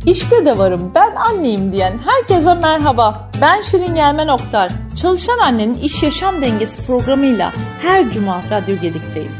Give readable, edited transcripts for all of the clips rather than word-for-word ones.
İşte de varım, ben anneyim diyen herkese merhaba. Ben Şirin Gelmen Oktar. Çalışan Annenin İş Yaşam Dengesi programıyla her cuma Radyo Gedik'teyim.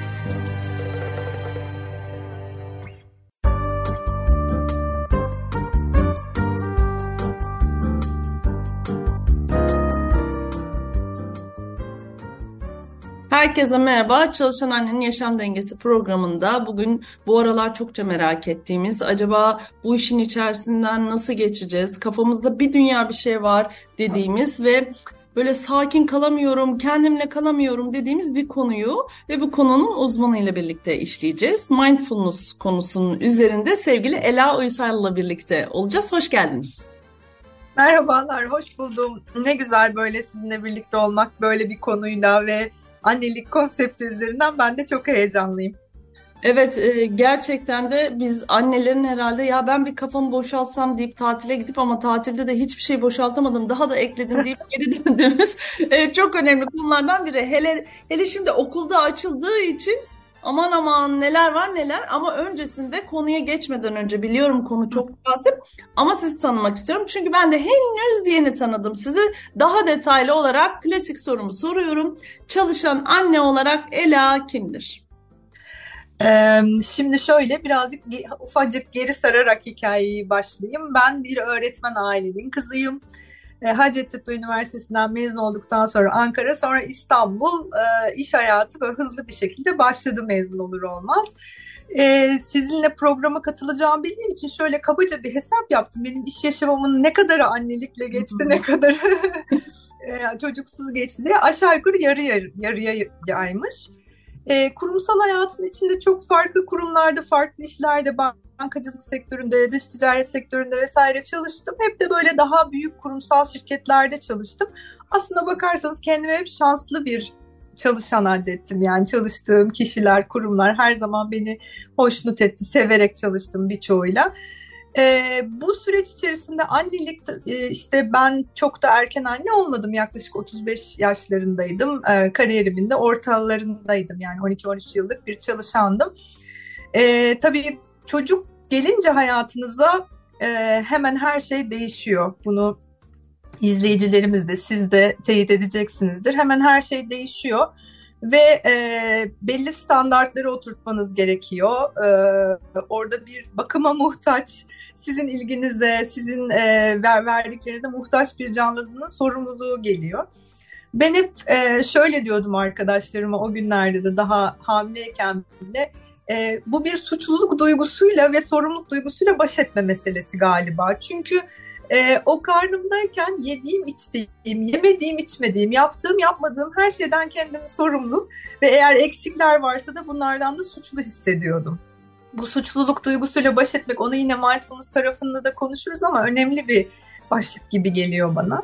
Herkese merhaba. Çalışan Annenin Yaşam Dengesi programında bugün bu aralar çokça merak ettiğimiz, acaba bu işin içerisinden nasıl geçeceğiz? Kafamızda bir dünya bir şey var dediğimiz ve böyle sakin kalamıyorum, kendimle kalamıyorum dediğimiz bir konuyu ve bu konunun uzmanıyla birlikte işleyeceğiz. Mindfulness konusunun üzerinde sevgili Ela Uysal'la birlikte olacağız. Hoş geldiniz. Merhabalar, hoş buldum. Ne güzel böyle sizinle birlikte olmak, böyle bir konuyla ve annelik konsepti üzerinden ben de çok heyecanlıyım. Evet, gerçekten de biz annelerin herhalde ya ben bir kafamı boşaltsam deyip tatile gidip ama tatilde de hiçbir şey boşaltamadım daha da ekledim deyip geri döndüğümüz çok önemli konulardan biri. Hele şimdi okulda açıldığı için aman aman neler var neler, ama öncesinde konuya geçmeden önce biliyorum konu çok münasip ama sizi tanımak istiyorum. Çünkü ben de henüz yeni tanıdım sizi. Daha detaylı olarak klasik sorumu soruyorum. Çalışan anne olarak Ela kimdir? Şimdi şöyle birazcık ufacık geri sararak hikayeyi başlayayım. Ben bir öğretmen ailenin kızıyım. Hacettepe Üniversitesi'nden mezun olduktan sonra Ankara, sonra İstanbul iş hayatı böyle hızlı bir şekilde başladı mezun olur olmaz. Sizinle programa katılacağımı bildiğim için şöyle kabaca bir hesap yaptım. Benim iş yaşamımın ne kadarı annelikle geçti, ne kadarı çocuksuz geçti diye aşağı yukarı yarıya yaymış. Kurumsal hayatın içinde çok farklı kurumlarda, farklı işlerde, bankacılık sektöründe, dış ticaret sektöründe vesaire çalıştım. Hep de böyle daha büyük kurumsal şirketlerde çalıştım. Aslına bakarsanız kendime hep şanslı bir çalışan addettim. Yani çalıştığım kişiler, kurumlar her zaman beni hoşnut etti. Severek çalıştım birçoğuyla. Bu süreç içerisinde annelik, işte ben çok da erken anne olmadım. Yaklaşık 35 yaşlarındaydım. Kariyerimin de ortalarındaydım. Yani 12-13 yıllık bir çalışandım. Tabii çocuk gelince hayatınıza hemen her şey değişiyor. Bunu izleyicilerimiz de siz de teyit edeceksinizdir. Hemen her şey değişiyor. Ve belli standartları oturtmanız gerekiyor. Orada bir bakıma muhtaç, sizin ilginize, sizin verdiklerinize muhtaç bir canlının sorumluluğu geliyor. Ben hep şöyle diyordum arkadaşlarıma o günlerde de daha hamileyken bile, bu bir suçluluk duygusuyla ve sorumluluk duygusuyla baş etme meselesi galiba. Çünkü o karnımdayken yediğim, içtiğim, yemediğim, içmediğim, yaptığım, yapmadığım her şeyden kendimi sorumlu ve eğer eksikler varsa da bunlardan da suçlu hissediyordum. Bu suçluluk duygusuyla baş etmek, onu yine mindfulness tarafında da konuşuruz ama önemli bir başlık gibi geliyor bana.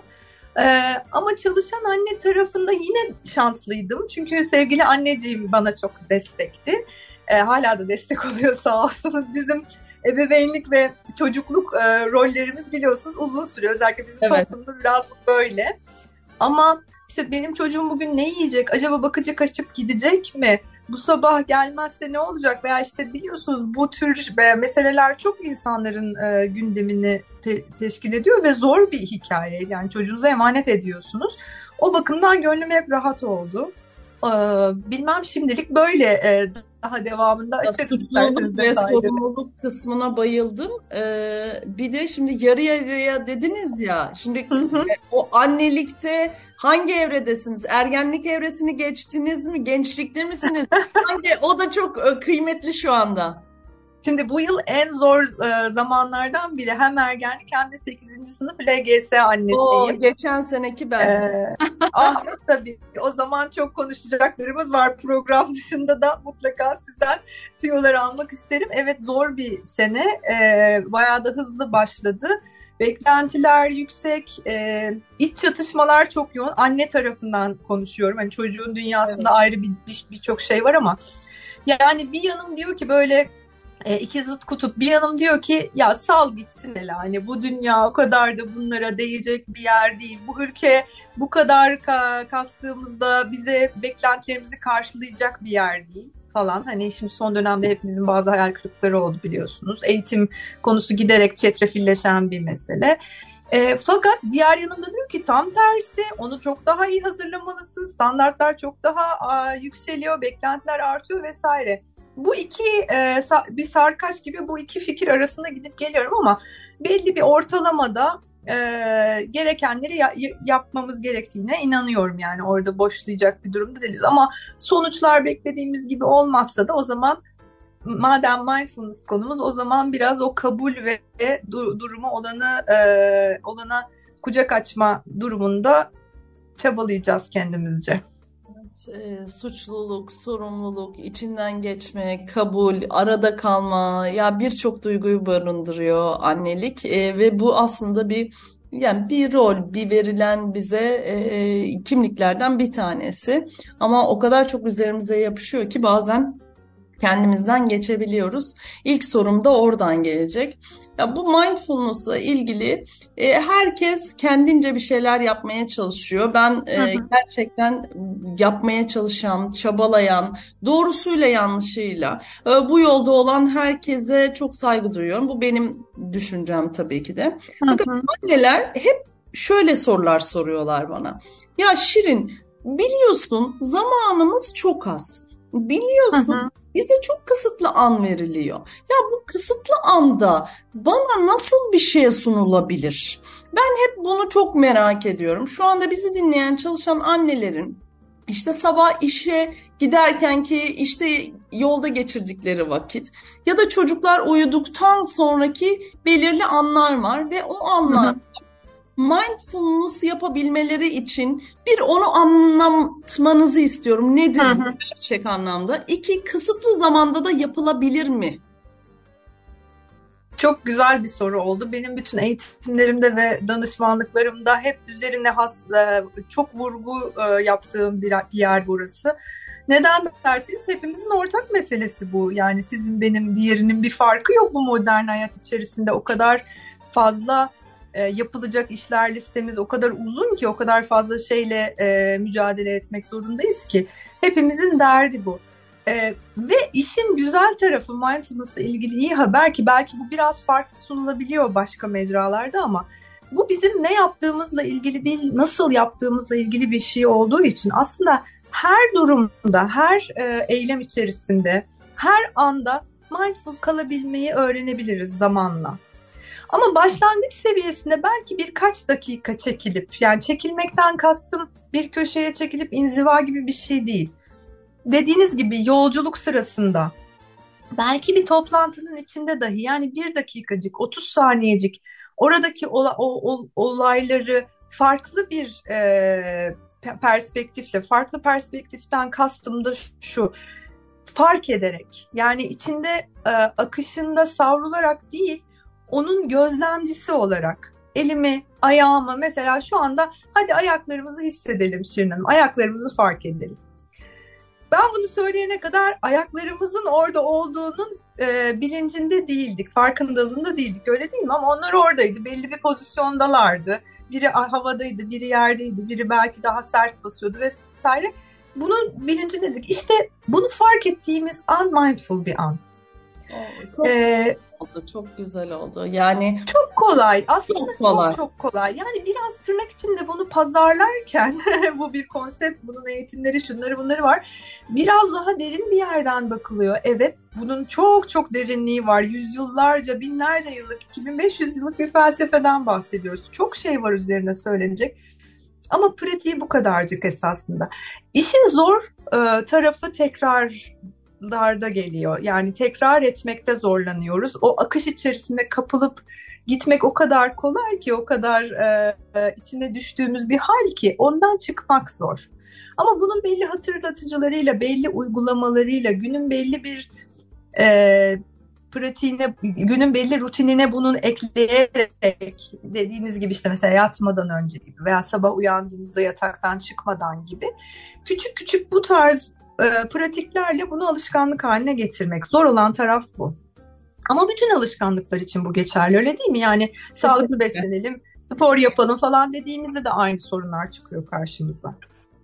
Ama çalışan anne tarafında yine şanslıydım. Çünkü sevgili anneciğim bana çok destekti. Hala da destek oluyor sağ olsunuz. Bizim ebeveynlik ve çocukluk rollerimiz biliyorsunuz uzun sürüyor. Özellikle bizim toplumda biraz böyle. Ama işte benim çocuğum bugün ne yiyecek? Acaba bakıcı kaçıp gidecek mi? Bu sabah gelmezse ne olacak? Veya işte biliyorsunuz bu tür meseleler çok insanların gündemini teşkil ediyor ve zor bir hikaye. Yani çocuğunuza emanet ediyorsunuz. O bakımdan gönlüm hep rahat oldu. Bilmem şimdilik böyle, daha devamında açarız isterseniz ve sorumluluk kısmına bayıldım. Bir de şimdi yarı yarıya dediniz ya. Şimdi o annelikte hangi evredesiniz? Ergenlik evresini geçtiniz mi? Gençlikte misiniz? O da çok kıymetli şu anda. Şimdi bu yıl en zor zamanlardan biri. Hem ergenlik hem de 8. sınıf LGS annesiyim. Geçen seneki ben. Tabii o zaman çok konuşacaklarımız var. Program dışında da mutlaka sizden tüyolar almak isterim. Evet, zor bir sene. Bayağı da hızlı başladı. Beklentiler yüksek, iç çatışmalar çok yoğun. Anne tarafından konuşuyorum. Hani çocuğun dünyasında ayrı birçok şey var ama yani bir yanım diyor ki böyle iki zıt kutup, bir yanım diyor ki ya sal gitsin Ela, hani bu dünya o kadar da bunlara değecek bir yer değil. Bu ülke bu kadar kastığımızda bize beklentilerimizi karşılayacak bir yer değil falan. Hani şimdi son dönemde hepimizin bazı hayal kırıklıkları oldu biliyorsunuz. Eğitim konusu giderek çetrefilleşen bir mesele. Fakat diğer yanında diyor ki tam tersi, onu çok daha iyi hazırlamalısın. Standartlar çok daha yükseliyor, beklentiler artıyor vesaire. Bu iki bir sarkaç gibi bu iki fikir arasında gidip geliyorum ama belli bir ortalamada gerekenleri yapmamız gerektiğine inanıyorum. Yani orada boşlayacak bir durumda değiliz ama sonuçlar beklediğimiz gibi olmazsa da o zaman, madem mindfulness konumuz, o zaman biraz o kabul ve durumu olana kucak açma durumunda çabalayacağız kendimizce. Suçluluk, sorumluluk, içinden geçme, kabul, arada kalma, ya birçok duyguyu barındırıyor annelik. Ve bu aslında bir rol, bir verilen bize kimliklerden bir tanesi. Ama o kadar çok üzerimize yapışıyor ki bazen kendimizden geçebiliyoruz. İlk sorum da oradan gelecek. Ya bu mindfulness'la ilgili herkes kendince bir şeyler yapmaya çalışıyor. Ben gerçekten yapmaya çalışan, çabalayan, doğrusuyla yanlışıyla bu yolda olan herkese çok saygı duyuyorum. Bu benim düşüncem tabii ki de. Fakat anneler hep şöyle sorular soruyorlar bana. Ya Şirin, biliyorsun zamanımız çok az. Biliyorsun bize çok kısıtlı an veriliyor. Ya bu kısıtlı anda bana nasıl bir şey sunulabilir? Ben hep bunu çok merak ediyorum. Şu anda bizi dinleyen çalışan annelerin işte sabah işe giderken ki işte yolda geçirdikleri vakit ya da çocuklar uyuduktan sonraki belirli anlar var ve o anlar mindfulness yapabilmeleri için bir onu anlatmanızı istiyorum. Nedir bu gerçek anlamda? İki, kısıtlı zamanda da yapılabilir mi? Çok güzel bir soru oldu. Benim bütün eğitimlerimde ve danışmanlıklarımda hep üzerine çok vurgu yaptığım bir yer burası. Neden derseniz hepimizin ortak meselesi bu. Yani sizin, benim, diğerinin bir farkı yok bu modern hayat içerisinde. O kadar fazla yapılacak işler listemiz o kadar uzun ki, o kadar fazla şeyle mücadele etmek zorundayız ki. Hepimizin derdi bu. Ve işin güzel tarafı, mindfulness'la ilgili iyi haber ki belki bu biraz farklı sunulabiliyor başka mecralarda ama bu bizim ne yaptığımızla ilgili değil, nasıl yaptığımızla ilgili bir şey olduğu için aslında her durumda, her eylem içerisinde, her anda mindful kalabilmeyi öğrenebiliriz zamanla. Ama başlangıç seviyesinde belki birkaç dakika çekilip, yani çekilmekten kastım bir köşeye çekilip inziva gibi bir şey değil. Dediğiniz gibi yolculuk sırasında, belki bir toplantının içinde dahi, yani bir dakikacık, 30 saniyecik oradaki olayları farklı bir perspektifle, farklı perspektiften kastım da şu: fark ederek, yani içinde akışında savrularak değil, onun gözlemcisi olarak elimi, ayağımı, mesela şu anda hadi ayaklarımızı hissedelim Şirin Hanım, ayaklarımızı fark edelim. Ben bunu söyleyene kadar ayaklarımızın orada olduğunun bilincinde değildik, farkındalığında değildik, öyle değil mi? Ama onlar oradaydı, belli bir pozisyondalardı. Biri havadaydı, biri yerdeydi, biri belki daha sert basıyordu vesaire. Bunun bilincindeydik. İşte bunu fark ettiğimiz an mindful bir an. Çok güzel oldu. Yani çok kolay. Aslında çok kolay. Çok kolay. Yani biraz tırnak içinde bunu pazarlarken bu bir konsept, bunun eğitimleri, şunları bunları var. Biraz daha derin bir yerden bakılıyor. Evet, bunun çok çok derinliği var. Yüzyıllarca, binlerce yıllık, 2500 yıllık bir felsefeden bahsediyoruz. Çok şey var üzerine söylenecek. Ama pratiği bu kadarcık esasında. İşin zor tarafı tekrarlarda geliyor. Yani tekrar etmekte zorlanıyoruz. O akış içerisinde kapılıp gitmek o kadar kolay ki, o kadar içine düştüğümüz bir hal ki ondan çıkmak zor. Ama bunun belli hatırlatıcılarıyla, belli uygulamalarıyla, günün belli bir pratiğine, günün belli rutinine bunun ekleyerek, dediğiniz gibi işte mesela yatmadan önce gibi veya sabah uyandığımızda yataktan çıkmadan gibi küçük küçük bu tarz pratiklerle bunu alışkanlık haline getirmek. Zor olan taraf bu. Ama bütün alışkanlıklar için bu geçerli, öyle değil mi? Yani sağlıklı beslenelim, spor yapalım falan dediğimizde de aynı sorunlar çıkıyor karşımıza.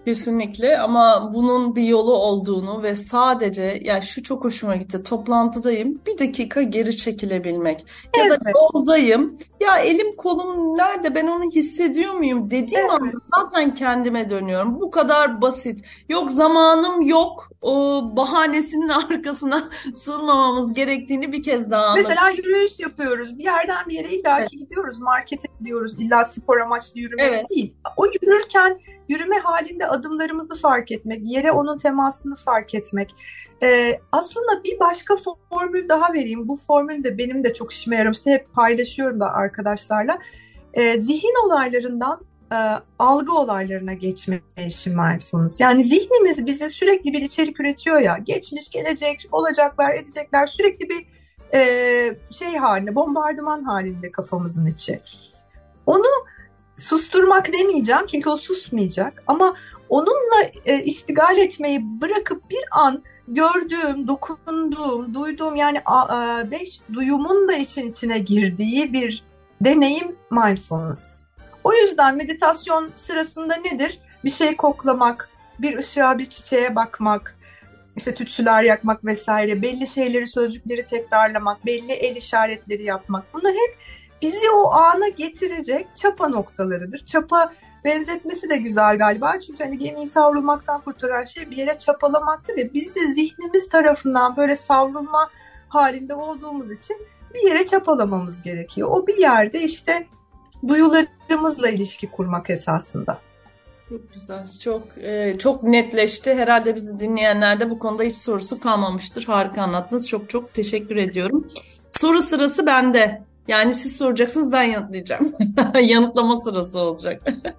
Kesinlikle, ama bunun bir yolu olduğunu ve sadece, ya şu çok hoşuma gitti, toplantıdayım bir dakika geri çekilebilmek ya da Evet, yoldayım, ya elim kolum nerede, ben onu hissediyor muyum dediğim anda evet. zaten kendime dönüyorum. Bu kadar basit. Yok zamanım yok, o bahanesinin arkasına sığınmamamız gerektiğini bir kez daha anladım. Mesela yürüyüş yapıyoruz. Bir yerden bir yere Evet, illaki gidiyoruz. Markete gidiyoruz. İlla spor amaçlı yürümek evet, değil. O yürürken yürüme halinde adımlarımızı fark etmek, yere onun temasını fark etmek. Aslında bir başka formül daha vereyim. Bu formül de benim de çok işime yaramıştı. Hep paylaşıyorum da arkadaşlarla. Zihin olaylarından algı olaylarına geçme işi mindfulness. Yani zihnimiz bize sürekli bir içerik üretiyor ya. Geçmiş, gelecek, olacaklar, edecekler, sürekli bir şey halinde, bombardıman halinde kafamızın içi. Onu susturmak demeyeceğim çünkü o susmayacak, ama onunla iştigal etmeyi bırakıp bir an gördüğüm, dokunduğum, duyduğum, yani beş duyumun da için içine girdiği bir deneyim mindfulness. O yüzden meditasyon sırasında nedir? Bir şey koklamak, bir ışığa, bir çiçeğe bakmak, işte tütsüler yakmak vesaire, belli şeyleri, sözcükleri tekrarlamak, belli el işaretleri yapmak. Bunlar hep bizi o ana getirecek çapa noktalarıdır. Çapa benzetmesi de güzel galiba. Çünkü hani gemiyi savrulmaktan kurtaran şey bir yere çapalamaktır ya. Biz de zihnimiz tarafından böyle savrulma halinde olduğumuz için bir yere çapalamamız gerekiyor. O bir yerde işte duyularımızla ilişki kurmak esasında. çok güzel, çok netleşti. Herhalde bizi dinleyenler de bu konuda hiç sorusu kalmamıştır. Harika anlattınız. Çok çok teşekkür ediyorum. Soru sırası bende. Yani siz soracaksınız, ben yanıtlayacağım. Yanıtlama sırası olacak.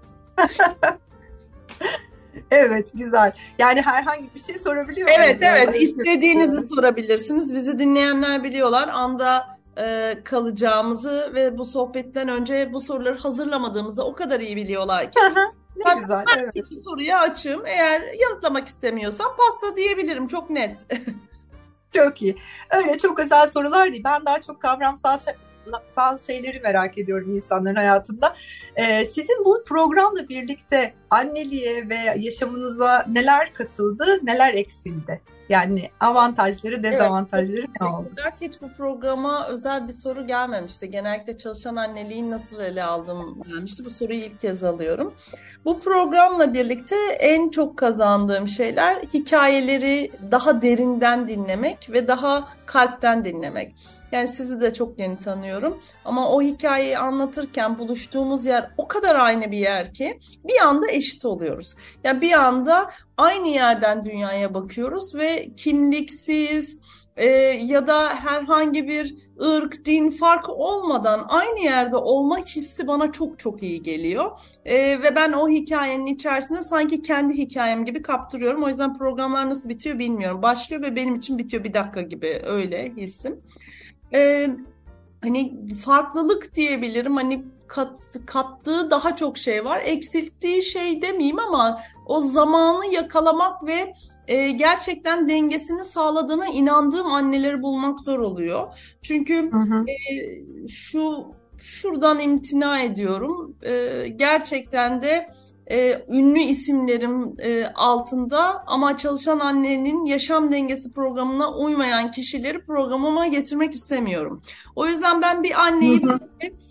Evet, güzel. Yani herhangi bir şey sorabiliyor Evet, muyum? evet. Öyle İstediğinizi yapıyorum. sorabilirsiniz. Bizi dinleyenler biliyorlar. Anda kalacağımızı ve bu sohbetten önce bu soruları hazırlamadığımızı o kadar iyi biliyorlar ki. Ne Ben güzel, her evet. türlü soruya açığım. Eğer yanıtlamak istemiyorsam pasta diyebilirim. Çok net. Çok iyi. Öyle çok özel sorular değil. Ben daha çok kavramsal şeyleri merak ediyorum insanların hayatında. Sizin bu programla birlikte anneliğe ve yaşamınıza neler katıldı, neler eksildi? Yani avantajları, Evet, çok dezavantajları ne oldu? teşekkürler. Hiç bu programa özel bir soru gelmemişti. Genellikle çalışan anneliği nasıl ele aldım gelmişti. Bu soruyu ilk kez alıyorum. Bu programla birlikte en çok kazandığım şeyler hikayeleri daha derinden dinlemek ve daha kalpten dinlemek. Yani sizi de çok yeni tanıyorum ama o hikayeyi anlatırken buluştuğumuz yer o kadar aynı bir yer ki bir anda eşit oluyoruz. Ya bir anda aynı yerden dünyaya bakıyoruz ve kimliksiz ya da herhangi bir ırk, din farkı olmadan aynı yerde olma hissi bana çok çok iyi geliyor. Ve ben o hikayenin içerisinde sanki kendi hikayem gibi kaptırıyorum. O yüzden programlar nasıl bitiyor bilmiyorum. Başlıyor ve benim için bitiyor, bir dakika gibi, öyle hissim. E, Hani farklılık diyebilirim. Hani kattığı daha çok şey var. Eksilttiği şey demeyeyim ama o zamanı yakalamak ve gerçekten dengesini sağladığına inandığım anneleri bulmak zor oluyor. Çünkü Hı hı. şuradan imtina ediyorum. Gerçekten de ünlü isimlerim altında ama çalışan annenin yaşam dengesi programına uymayan kişileri programıma getirmek istemiyorum. O yüzden ben bir Hı anneyi hı.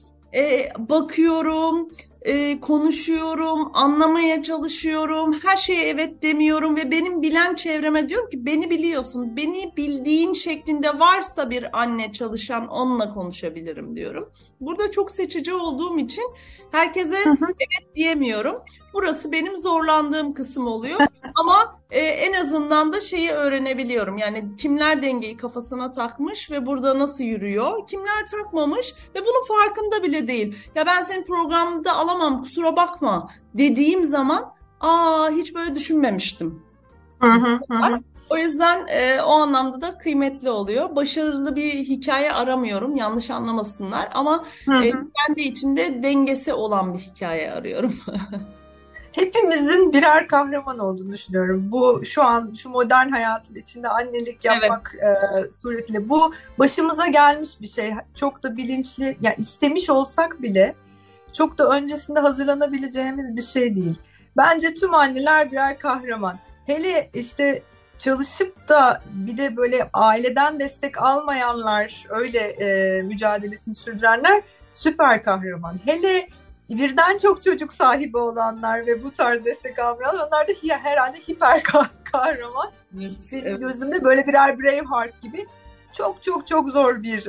bakıyorum, konuşuyorum, anlamaya çalışıyorum, her şeye evet demiyorum ve benim bilen çevreme diyorum ki beni biliyorsun, beni bildiğin şeklinde varsa bir anne çalışan onunla konuşabilirim diyorum. Burada çok seçici olduğum için herkese Hı hı. diyemiyorum. Burası benim zorlandığım kısım oluyor. Ama en azından da şeyi öğrenebiliyorum. Yani kimler dengeyi kafasına takmış ve burada nasıl yürüyor, kimler takmamış ve bunun farkında bile değil. Ya ben senin programda alamam, kusura bakma dediğim zaman, hiç böyle düşünmemiştim. Hı hı. Hı hı. O yüzden o anlamda da kıymetli oluyor. Başarılı bir hikaye aramıyorum, yanlış anlamasınlar, ama Hı hı. kendi içinde dengesi olan bir hikaye arıyorum. Hepimizin birer kahraman olduğunu düşünüyorum. Bu şu an şu modern hayatın içinde annelik Evet. yapmak suretiyle bu başımıza gelmiş bir şey. Çok da bilinçli, yani istemiş olsak bile çok da öncesinde hazırlanabileceğimiz bir şey değil. Bence tüm anneler birer kahraman. Hele işte çalışıp da bir de böyle aileden destek almayanlar, öyle mücadelesini sürdürenler süper kahraman. Hele birden çok çocuk sahibi olanlar ve bu tarz destek almayanlar, onlar da herhalde hiper kahraman. Evet, Benim evet. gözümde böyle birer Braveheart gibi çok çok çok zor bir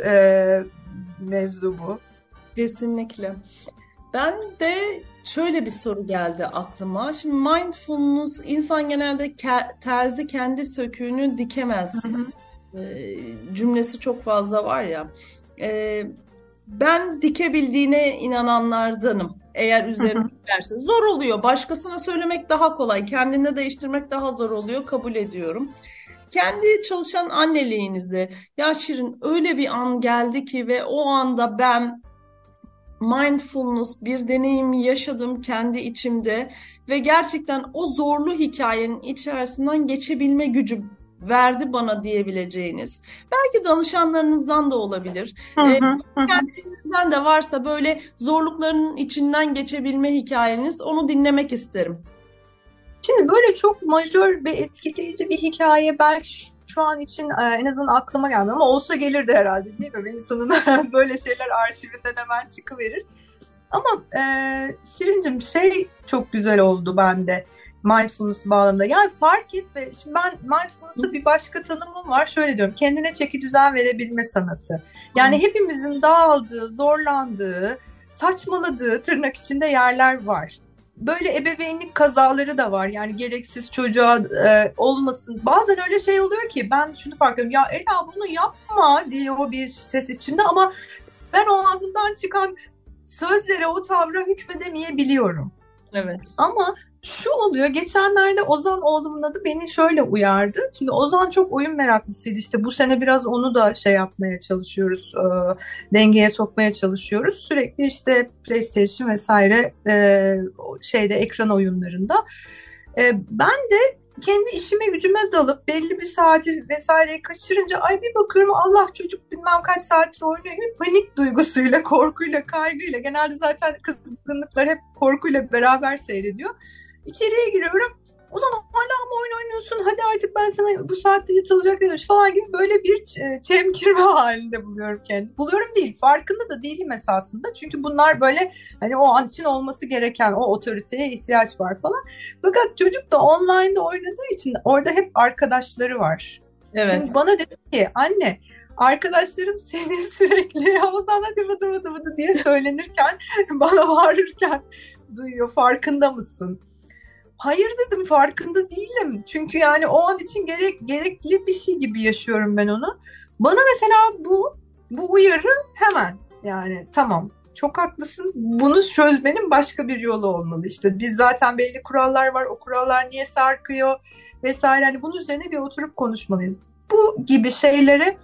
mevzu bu. Kesinlikle. Ben de şöyle bir soru geldi aklıma. Şimdi mindfulness, insan genelde terzi kendi söküğünü dikemez Hı hı. cümlesi çok fazla var ya. E, Ben dikebildiğine inananlardanım. Eğer Hı üzerine hı. giderse. Zor oluyor. Başkasına söylemek daha kolay. Kendinde değiştirmek daha zor oluyor. Kabul ediyorum. Kendi çalışan anneliğinizi, ya Şirin, öyle bir an geldi ki ve o anda ben mindfulness bir deneyim yaşadım kendi içimde ve gerçekten o zorlu hikayenin içerisinden geçebilme gücü verdi bana diyebileceğiniz. Belki danışanlarınızdan da olabilir. Hı Ee, hı. Hı hı. Kendinizden de varsa böyle zorlukların içinden geçebilme hikayeniz, onu dinlemek isterim. Şimdi böyle çok majör ve etkileyici bir hikaye belki şu an için en azından aklıma gelmiyor ama olsa gelirdi herhalde, değil mi? İnsanın böyle şeyler arşivinden hemen çıkıverir. Ama Şirincim, şey çok güzel oldu bende mindfulness bağlamında. Yani fark et ve şimdi ben mindfulness'ta bir başka tanımım var. Şöyle diyorum: kendine çeki düzen verebilme sanatı. Yani hepimizin dağıldığı, zorlandığı, saçmaladığı tırnak içinde yerler var. Böyle ebeveynlik kazaları da var. Yani gereksiz çocuğa olmasın. Bazen öyle şey oluyor ki ben şunu fark ediyorum: ya Ela, bunu yapma diyor bir ses içinde, ama ben o ağzımdan çıkan sözlere, o tavra hükmedemeyebiliyorum. Evet. Ama şu oluyor: geçenlerde Ozan, oğlumun adı, beni şöyle uyardı. Şimdi Ozan çok oyun meraklısıydı. İşte bu sene biraz onu da şey yapmaya çalışıyoruz, dengeye sokmaya çalışıyoruz. Sürekli işte PlayStation vesaire, şeyde, ekran oyunlarında. Ben de kendi işime gücüme dalıp belli bir saati vesaireyi kaçırınca, ay bir bakıyorum Allah, çocuk bilmem kaç saattir oynuyor gibi, panik duygusuyla, korkuyla, kaygıyla, genelde zaten kızgınlıklar hep korkuyla beraber seyrediyor. İçeriye giriyorum. O zaman hala mı oyun oynuyorsun? Hadi artık, ben sana bu saatte yatılacak demiş falan gibi, böyle bir çemkirme halinde buluyorum kendimi. Buluyorum değil, farkında da değilim esasında. Çünkü bunlar böyle hani o an için olması gereken, o otoriteye ihtiyaç var falan. Fakat çocuk da online'da oynadığı için orada hep arkadaşları var. Evet. Şimdi bana dedi ki, anne, arkadaşlarım seni sürekli Oğuzhan hadi vıdı vıdı vıdı diye söylenirken, bana bağırırken duyuyor, farkında mısın? Hayır dedim, farkında değilim. Çünkü yani o an için gerekli bir şey gibi yaşıyorum ben onu. Bana mesela bu uyarı hemen, yani tamam, çok haklısın. Bunu çözmenin başka bir yolu olmalı. İşte biz zaten belli kurallar var. O kurallar niye sarkıyor vesaire. Hani bunun üzerine bir oturup konuşmalıyız. Bu gibi şeylere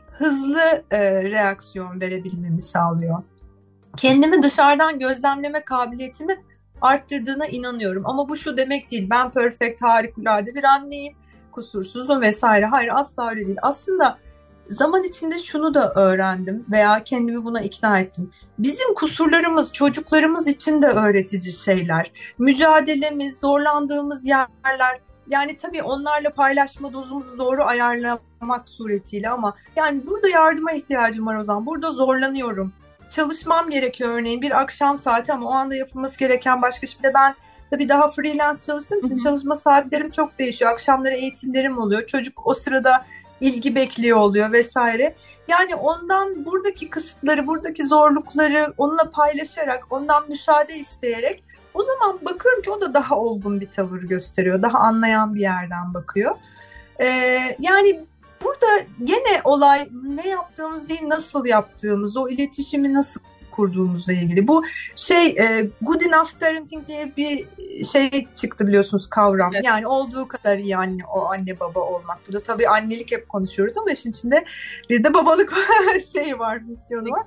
hızlı reaksiyon verebilmemi sağlıyor. Kendimi dışarıdan gözlemleme kabiliyetimi arttırdığına inanıyorum. Ama bu şu demek değil: ben perfect, harikulade bir anneyim, kusursuzum vesaire. Hayır, asla öyle değil. Aslında zaman içinde şunu da öğrendim veya kendimi buna ikna ettim: bizim kusurlarımız çocuklarımız için de öğretici şeyler. Mücadelemiz, zorlandığımız yerler, yani tabii onlarla paylaşma dozumuzu doğru ayarlamak suretiyle, ama yani burada yardıma ihtiyacım var o zaman. Burada zorlanıyorum. Çalışmam gerekiyor örneğin bir akşam saati, ama o anda yapılması gereken başka. Şimdi ben tabii daha freelance çalıştığım için çalışma saatlerim çok değişiyor. Akşamları eğitimlerim oluyor. Çocuk o sırada ilgi bekliyor oluyor vesaire. Yani ondan buradaki kısıtları, buradaki zorlukları onunla paylaşarak, ondan müsaade isteyerek, o zaman bakıyorum ki o da daha olgun bir tavır gösteriyor. Daha anlayan bir yerden bakıyor. Yani burada gene olay ne yaptığımız değil, nasıl yaptığımız, o iletişimi nasıl kurduğumuzla ilgili. Bu good enough parenting diye bir şey çıktı, biliyorsunuz, kavram. Evet. Yani olduğu kadar iyi anne, o anne baba olmak. Burada tabii annelik hep konuşuyoruz ama işin içinde bir de babalık var, misyonu var.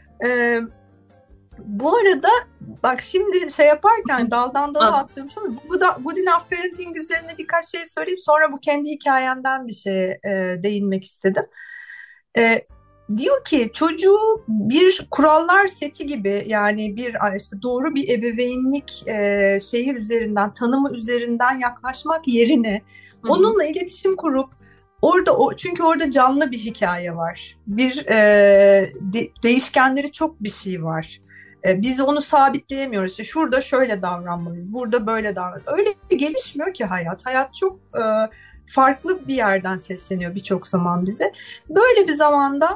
Bu arada bak, şimdi şey yaparken daldan dala attığım şey, bu da good enough parenting üzerine birkaç şey söyleyip sonra bu kendi hikayemden bir şeye değinmek istedim. Diyor ki çocuğu bir kurallar seti gibi, yani bir işte doğru bir ebeveynlik şeyi üzerinden, tanımı üzerinden yaklaşmak yerine Hı hı. onunla iletişim kurup orada çünkü orada canlı bir hikaye var. Bir değişkenleri çok bir şey var. Biz onu sabitleyemiyoruz. İşte şurada şöyle davranmalıyız, burada böyle davranmalıyız. Öyle gelişmiyor ki hayat. Hayat çok farklı bir yerden sesleniyor birçok zaman bize. Böyle bir zamanda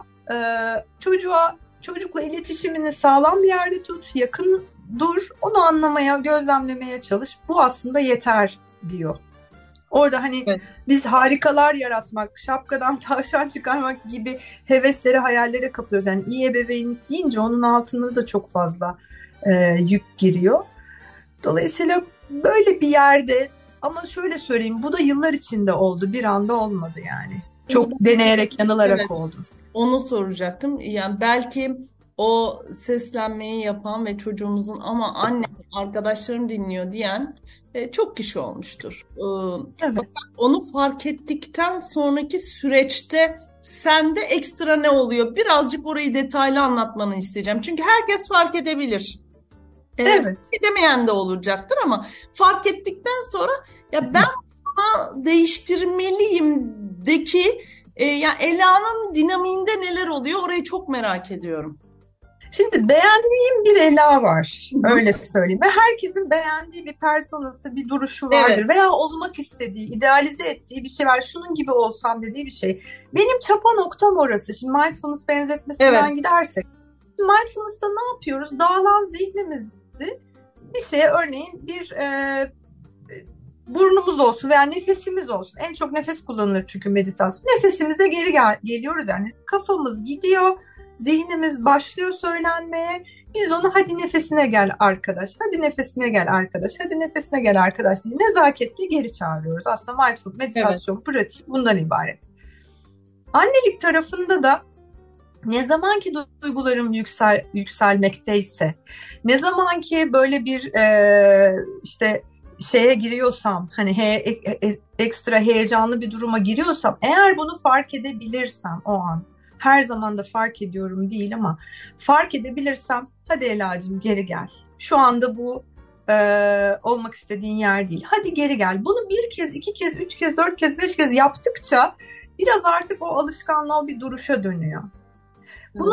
çocukla iletişimini sağlam bir yerde tut, yakın dur, onu anlamaya, gözlemlemeye çalış. Bu aslında yeter diyor. Orada hani Evet. biz harikalar yaratmak, şapkadan tavşan çıkarmak gibi heveslere, hayallere kapılıyoruz. Yani iyi ebeveynlik deyince onun altında da çok fazla yük giriyor. Dolayısıyla böyle bir yerde, ama şöyle söyleyeyim, bu da yıllar içinde oldu, bir anda olmadı yani. Şimdi Çok deneyerek, evet, yanılarak oldu. onu soracaktım. Yani belki o seslenmeyi yapan ve çocuğumuzun ama anne arkadaşlarım dinliyor diyen çok kişi olmuştur. Evet. Fakat onu fark ettikten sonraki süreçte sende ekstra ne oluyor? Birazcık orayı detaylı anlatmanı isteyeceğim. Çünkü herkes fark edebilir. Fark Evet. edemeyen de olacaktır ama fark ettikten sonra ya ben bunu değiştirmeliyim ya Ela'nın dinamiğinde neler oluyor orayı çok merak ediyorum. Şimdi beğendiğim bir Ela var. Hı hı. Öyle söyleyeyim. Ve herkesin beğendiği bir personası, bir duruşu Evet, vardır. Veya olmak istediği, idealize ettiği bir şey var. Şunun gibi olsam dediği bir şey. Benim çapa noktam orası. Şimdi mindfulness evet, benzetmesinden gidersek. Mindfulness'ta ne yapıyoruz? Dağılan zihnimizi bir şeye, örneğin bir burnumuz olsun veya nefesimiz olsun. En çok nefes kullanılır çünkü meditasyon. Nefesimize geri geliyoruz yani. Kafamız gidiyor, zihnimiz başlıyor söylenmeye. Biz onu hadi nefesine gel arkadaş, hadi nefesine gel arkadaş, hadi nefesine gel arkadaş diye nezaketle geri çağırıyoruz. Aslında mindful evet. meditasyon pratiği bundan ibaret. Annelik tarafında da ne zaman ki duygularım yükselmekteyse, ne zaman ki böyle bir işte şeye giriyorsam, hani ekstra heyecanlı bir duruma giriyorsam, eğer bunu fark edebilirsem o an, her zaman da fark ediyorum değil ama fark edebilirsem, hadi Ela'cığım geri gel. Şu anda bu olmak istediğin yer değil. Hadi geri gel. Bunu bir kez, iki kez, üç kez, dört kez, beş kez yaptıkça biraz artık o alışkanlığa, bir duruşa dönüyor. Bunu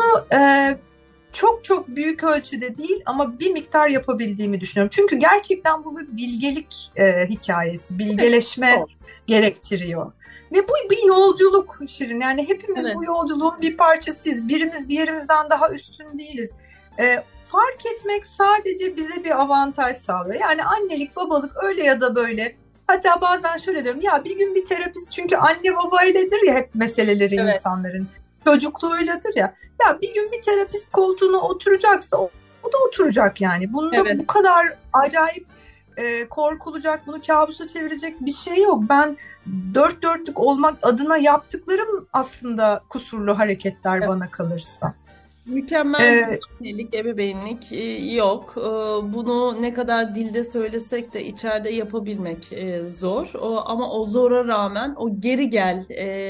çok çok büyük ölçüde değil ama bir miktar yapabildiğimi düşünüyorum. Çünkü gerçekten bu bir bilgelik hikayesi, bilgeleşme gerektiriyor. Ve bu bir yolculuk Şirin. Yani hepimiz Evet. bu yolculuğun bir parçasıyız. Birimiz diğerimizden daha üstün değiliz. Fark etmek sadece bize bir avantaj sağlıyor. Yani annelik, babalık öyle ya da böyle. Hatta bazen şöyle diyorum, ya bir gün bir terapist, çünkü anne baba öyledir ya, hep meseleleri Evet. insanların. Çocukluğuyladır ya. Ya bir gün bir terapist koltuğuna oturacaksa o da oturacak yani. Bunda Evet. bu kadar acayip korkulacak, bunu kabusa çevirecek bir şey yok. Ben dört dörtlük olmak adına yaptıklarım aslında kusurlu hareketler Evet. bana kalırsa. Mükemmel bir annelik, ebeveynlik yok. Bunu ne kadar dilde söylesek de içeride yapabilmek zor. Ama o zora rağmen o geri gel,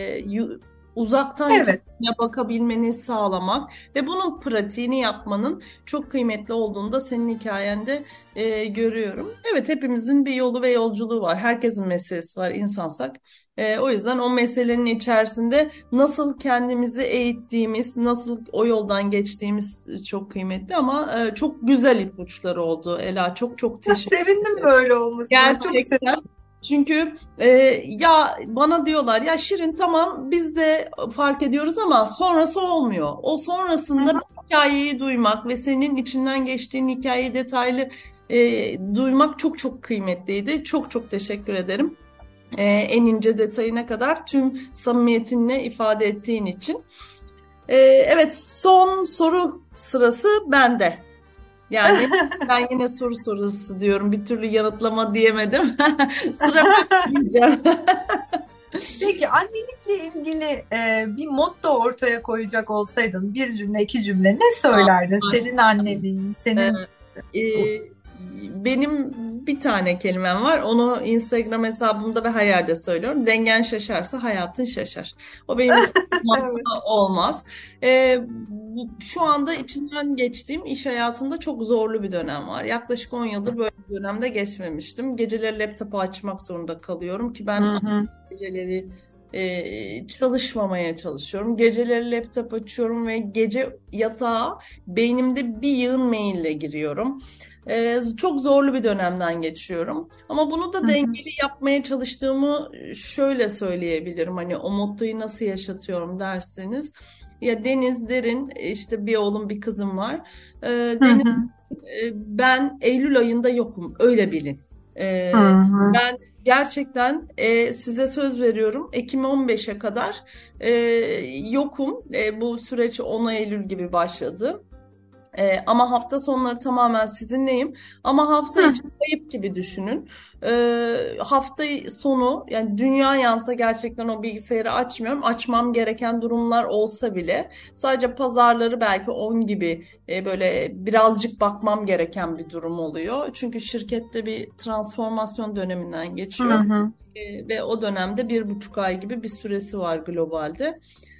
uzaktan Evet. kendine bakabilmeni sağlamak ve bunun pratiğini yapmanın çok kıymetli olduğunu da senin hikayende görüyorum. Evet, hepimizin bir yolu ve yolculuğu var. Herkesin meselesi var insansak. O yüzden o meselenin içerisinde nasıl kendimizi eğittiğimiz, nasıl o yoldan geçtiğimiz çok kıymetli ama çok güzel ipuçları oldu Ela. Çok çok Ya, teşekkür sevindim ederim. böyle olmasına. Çok sevindim. Gerçekten. Çünkü ya bana diyorlar ya Şirin tamam biz de fark ediyoruz ama sonrası olmuyor. O Hı sonrasında hı. bir hikayeyi duymak ve senin içinden geçtiğin hikayeyi detaylı duymak çok çok kıymetliydi. Çok çok teşekkür ederim. En ince detayına kadar tüm samimiyetinle ifade ettiğin için. Evet, son soru sırası bende. Yani ben yine soru sorusu diyorum. Bir türlü yanıtlama diyemedim. Sıra ben diyeceğim. Peki annelikle ilgili bir motto ortaya koyacak olsaydın, bir cümle, iki cümle ne söylerdin? Senin anneliğin, senin... Ee, benim bir tane kelimem var. Onu Instagram hesabımda ve her yerde söylüyorum. Dengen şaşarsa hayatın şaşar. O benim için olmazsa Evet. olmaz. Şu anda içinden geçtiğim iş hayatında çok zorlu bir dönem var. Yaklaşık 10 yıldır böyle bir dönemde geçmemiştim. Geceleri laptopu açmak zorunda kalıyorum ki ben Hı hı. geceleri çalışmamaya çalışıyorum. Geceleri laptop açıyorum ve gece yatağa beynimde bir yığın maille giriyorum. Çok zorlu bir dönemden geçiyorum. Ama bunu Hı da hı. dengeli yapmaya çalıştığımı şöyle söyleyebilirim. Hani o mottoyu nasıl yaşatıyorum derseniz. Ya Deniz Derin, işte bir oğlum bir kızım var. Hı Deniz, hı. ben Eylül ayında yokum, öyle bilin. Hı hı. Ben gerçekten size söz veriyorum, Ekim 15'e kadar e, yokum. Bu süreç 10 Eylül gibi başladı. Ama hafta sonları tamamen sizinleyim. Ama hafta Hı. içi kayıp gibi düşünün. Hafta sonu yani dünya yansa gerçekten o bilgisayarı açmıyorum. Açmam gereken durumlar olsa bile sadece pazarları belki 10 gibi böyle birazcık bakmam gereken bir durum oluyor. Çünkü şirkette bir transformasyon döneminden Hı geçiyor. hı. Ve o dönemde 1,5 ay gibi bir süresi var globalde.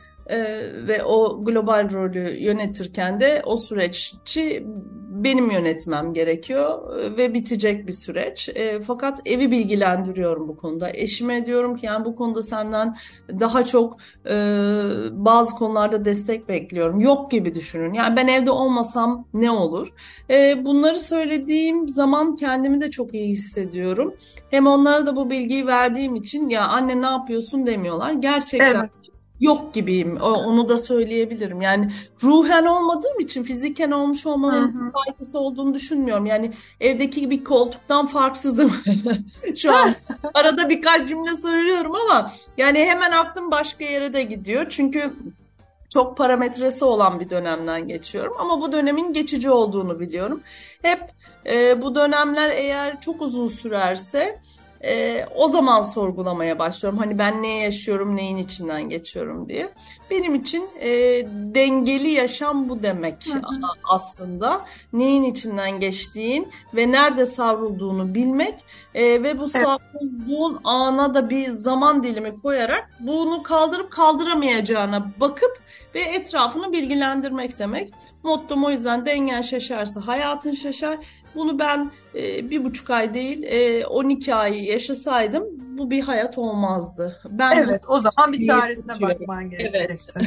Ve o global rolü yönetirken de o süreççi benim yönetmem gerekiyor ve bitecek bir süreç. Fakat evi bilgilendiriyorum bu konuda. Eşime diyorum ki yani bu konuda senden daha çok e, bazı konularda destek bekliyorum. Yok gibi düşünün. Yani ben evde olmasam ne olur? Bunları söylediğim zaman kendimi de çok iyi hissediyorum. Hem onlara da bu bilgiyi verdiğim için ya anne ne yapıyorsun demiyorlar. Gerçekten Evet. yok gibiyim. Onu da söyleyebilirim. Yani ruhen olmadığım için fiziken olmuş Hı olmamın bir hı. faydası olduğunu düşünmüyorum. Yani evdeki bir koltuktan farksızım şu an. Arada birkaç cümle söylüyorum ama yani hemen aklım başka yere de gidiyor. Çünkü çok parametresi olan bir dönemden geçiyorum ama bu dönemin geçici olduğunu biliyorum. Hep bu dönemler eğer çok uzun sürerse o zaman sorgulamaya başlıyorum. Hani ben ne yaşıyorum, neyin içinden geçiyorum diye. Benim için dengeli yaşam bu demek Hı hı. aslında. Neyin içinden geçtiğin ve nerede savrulduğunu bilmek ve bu Evet. savrulduğun ana da bir zaman dilimi koyarak bunu kaldırıp kaldıramayacağına bakıp ve etrafını bilgilendirmek demek. Mottom o yüzden dengen şaşarsa hayatın şaşar. Bunu ben 1,5 ay değil 12 ay yaşasaydım bu bir hayat olmazdı. Ben bunu Evet. O zaman bir niye çaresine tutuyorum? bakman Evet. gerekecekti.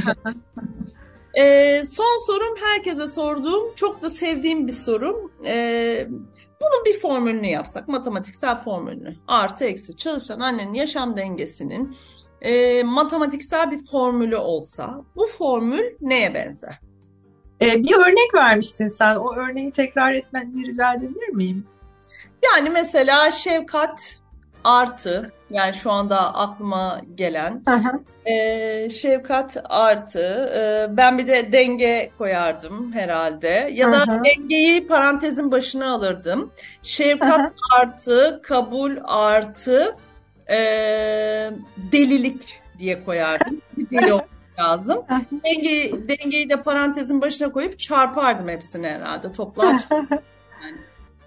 Son sorum herkese sorduğum, çok da sevdiğim bir sorum. Bunun bir formülünü yapsak, matematiksel formülünü. Artı eksi çalışan annenin yaşam dengesinin matematiksel bir formülü olsa, bu formül neye benzer? Bir örnek vermiştin sen. O örneği tekrar etmeni rica edebilir miyim? Yani mesela şefkat artı, yani şu anda aklıma gelen Hı hı. şefkat artı, ben bir de denge koyardım herhalde. Hı Ya da hı. dengeyi parantezin başına alırdım. Hı Şefkat hı. artı, kabul artı, e, delilik diye koyardım. Bir deli olmak lazım. Dengeyi de parantezin başına koyup çarpardım hepsini herhalde. Toplar yani.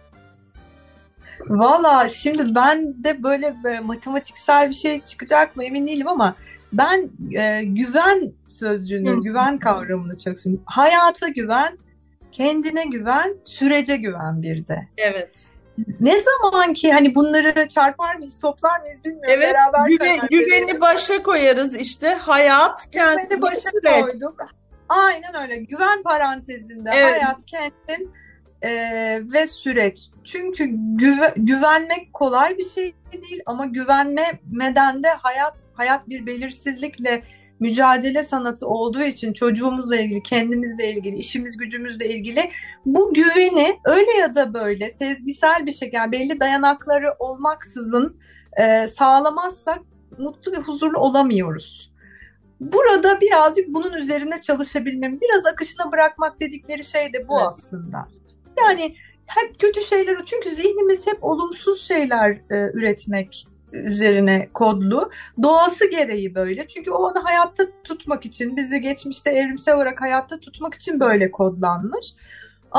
Valla şimdi ben de böyle matematiksel bir şey çıkacak mı emin değilim ama ben güven sözcüğünü, Hı, güven kavramını çok seviyorum. Hayata güven, kendine güven, sürece güven bir de. evet. Ne zaman ki hani bunları çarpar mıyız, toplar mıyız bilmiyorum. Evet, Beraber karar güveni verelim. başa koyarız işte. Hayat, Güveni kendine başa süreç. koyduk. Aynen öyle. Güven parantezinde Evet, hayat, kendin ve süreç. Çünkü güvenmek kolay bir şey değil ama güvenmeden de hayat bir belirsizlikle mücadele sanatı olduğu için çocuğumuzla ilgili, kendimizle ilgili, işimiz gücümüzle ilgili bu güveni öyle ya da böyle sezgisel bir şekilde yani belli dayanakları olmaksızın sağlamazsak mutlu ve huzurlu olamıyoruz. Burada birazcık bunun üzerine çalışabilmem, biraz akışına bırakmak dedikleri şey de bu evet. aslında. Yani hep kötü şeyler, çünkü zihnimiz hep olumsuz şeyler üretmek üzerine kodlu. Doğası gereği böyle. Çünkü o onu hayatta tutmak için, bizi geçmişte evrimsel olarak hayatta tutmak için böyle kodlanmış. Ama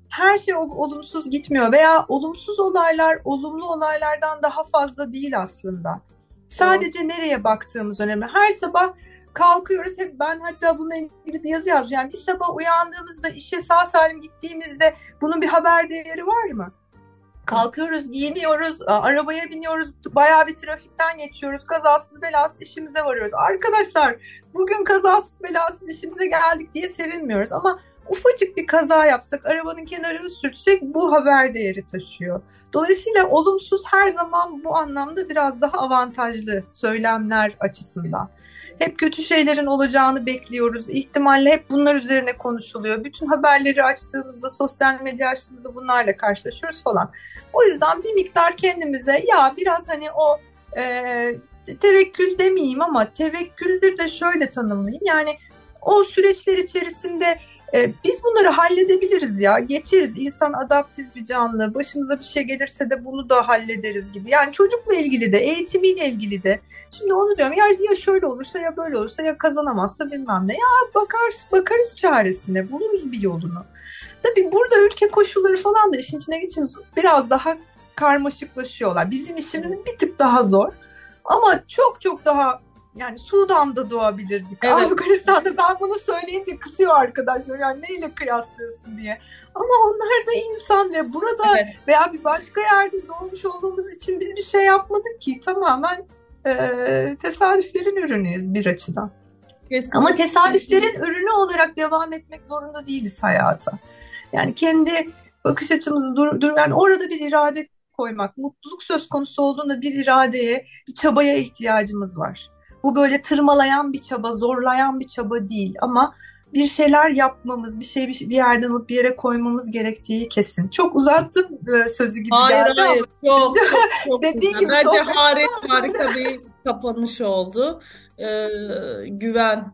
her şey olumsuz gitmiyor veya olumsuz olaylar olumlu olaylardan daha fazla değil aslında. Sadece nereye baktığımız önemli. Her sabah kalkıyoruz, hep ben hatta bununla ilgili bir yazı yazdım. Yani bir sabah uyandığımızda, işe sağ salim gittiğimizde bunun bir haber değeri var mı? Kalkıyoruz, giyiniyoruz, arabaya biniyoruz, bayağı bir trafikten geçiyoruz, kazasız belasız işimize varıyoruz. Arkadaşlar, bugün kazasız belasız işimize geldik diye sevinmiyoruz ama ufacık bir kaza yapsak, arabanın kenarını sürtsek bu haber değeri taşıyor. Dolayısıyla olumsuz her zaman bu anlamda biraz daha avantajlı söylemler açısından. Hep kötü şeylerin olacağını bekliyoruz. İhtimalle hep bunlar üzerine konuşuluyor. Bütün haberleri açtığımızda, sosyal medya açtığımızda bunlarla karşılaşıyoruz falan. O yüzden bir miktar kendimize ya biraz hani o tevekkül demeyeyim ama tevekkülü de şöyle tanımlayayım. Yani o süreçler içerisinde biz bunları halledebiliriz ya, geçeriz. İnsan adaptif bir canlı, başımıza bir şey gelirse de bunu da hallederiz gibi. Yani çocukla ilgili de, eğitimiyle ilgili de. Şimdi onu diyorum ya şöyle olursa ya böyle olursa ya kazanamazsa bilmem ne. Ya bakarız çaresine, buluruz bir yolunu. Tabii burada ülke koşulları falan da işin içine geçince biraz daha karmaşıklaşıyorlar. Bizim işimiz bir tık daha zor ama çok çok daha, yani Sudan'da doğabilirdik. Evet. Afganistan'da, ben bunu söyleyince kızıyor arkadaşlar. Yani neyle kıyaslıyorsun diye. Ama onlar da insan ve burada evet, veya bir başka yerde doğmuş olduğumuz için biz bir şey yapmadık ki. Tamamen tesadüflerin ürünüyüz bir açıdan. Kesinlikle. Ama tesadüflerin ürünü olarak devam etmek zorunda değiliz hayata. Yani kendi bakış açımızı yani orada bir irade koymak, mutluluk söz konusu olduğunda bir iradeye, bir çabaya ihtiyacımız var. Bu böyle tırmalayan bir çaba, zorlayan bir çaba değil ama bir şeyler yapmamız, bir yerden alıp bir yere koymamız gerektiği kesin. Çok uzattım sözü gibi geldi ama. Çok dediğim gibi bence harika bir kapanış oldu. Güven,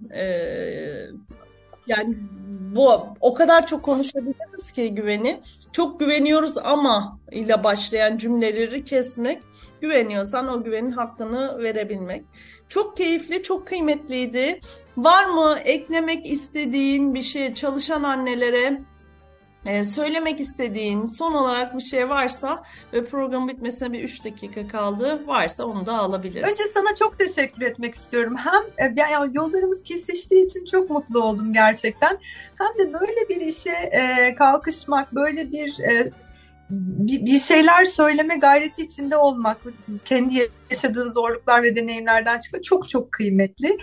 yani bu o kadar çok konuşabiliriz ki güveni. Çok güveniyoruz ama ile başlayan cümleleri kesmek. Güveniyorsan o güvenin hakkını verebilmek. Çok keyifli, çok kıymetliydi. Var mı eklemek istediğin bir şey, çalışan annelere söylemek istediğin son olarak bir şey varsa ve programın bitmesine bir 3 dakika kaldı, varsa onu da alabiliriz. Önce sana çok teşekkür etmek istiyorum. Hem yani yollarımız kesiştiği için çok mutlu oldum gerçekten. Hem de böyle bir işe kalkışmak, böyle bir şeyler söyleme gayreti içinde olmak, kendi yaşadığın zorluklar ve deneyimlerden çıkmak çok çok kıymetli.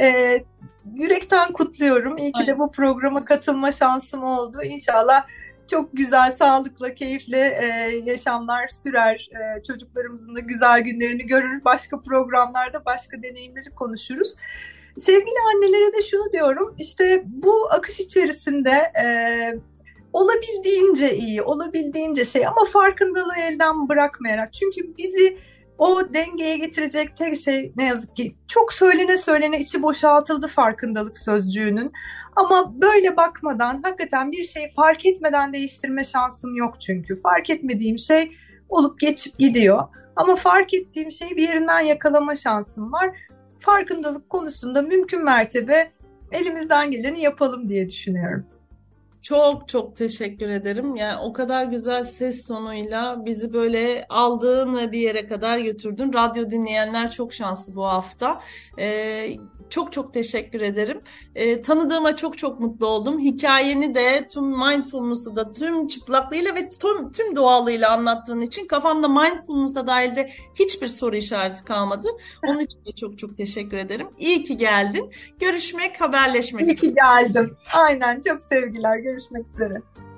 Yürekten kutluyorum. İyi ki de bu programa katılma şansım oldu. İnşallah çok güzel, sağlıkla, keyifle yaşamlar sürer. Çocuklarımızın da güzel günlerini görür. Başka programlarda başka deneyimleri konuşuruz. Sevgili annelere de şunu diyorum. İşte bu akış içerisinde olabildiğince iyi, olabildiğince ama farkındalığı elden bırakmayarak. Çünkü bizi o dengeye getirecek tek şey ne yazık ki çok söylene içi boşaltıldı farkındalık sözcüğünün. Ama böyle bakmadan, hakikaten bir şeyi fark etmeden değiştirme şansım yok çünkü. Fark etmediğim şey olup geçip gidiyor. Ama fark ettiğim şeyi bir yerinden yakalama şansım var. Farkındalık konusunda mümkün mertebe elimizden geleni yapalım diye düşünüyorum. Çok çok teşekkür ederim. Yani o kadar güzel ses tonuyla bizi böyle aldın ve bir yere kadar götürdün. Radyo dinleyenler çok şanslı bu hafta. Çok çok teşekkür ederim. Tanıdığıma çok çok mutlu oldum. Hikayeni de, tüm mindfulness'ı da tüm çıplaklığıyla ve tüm doğallığıyla anlattığın için kafamda mindfulness'a dair de hiçbir soru işareti kalmadı. Onun için de çok çok teşekkür ederim. İyi ki geldin. Görüşmek, haberleşmek üzere. İyi ki geldim. Aynen, çok sevgiler. Görüşmek üzere.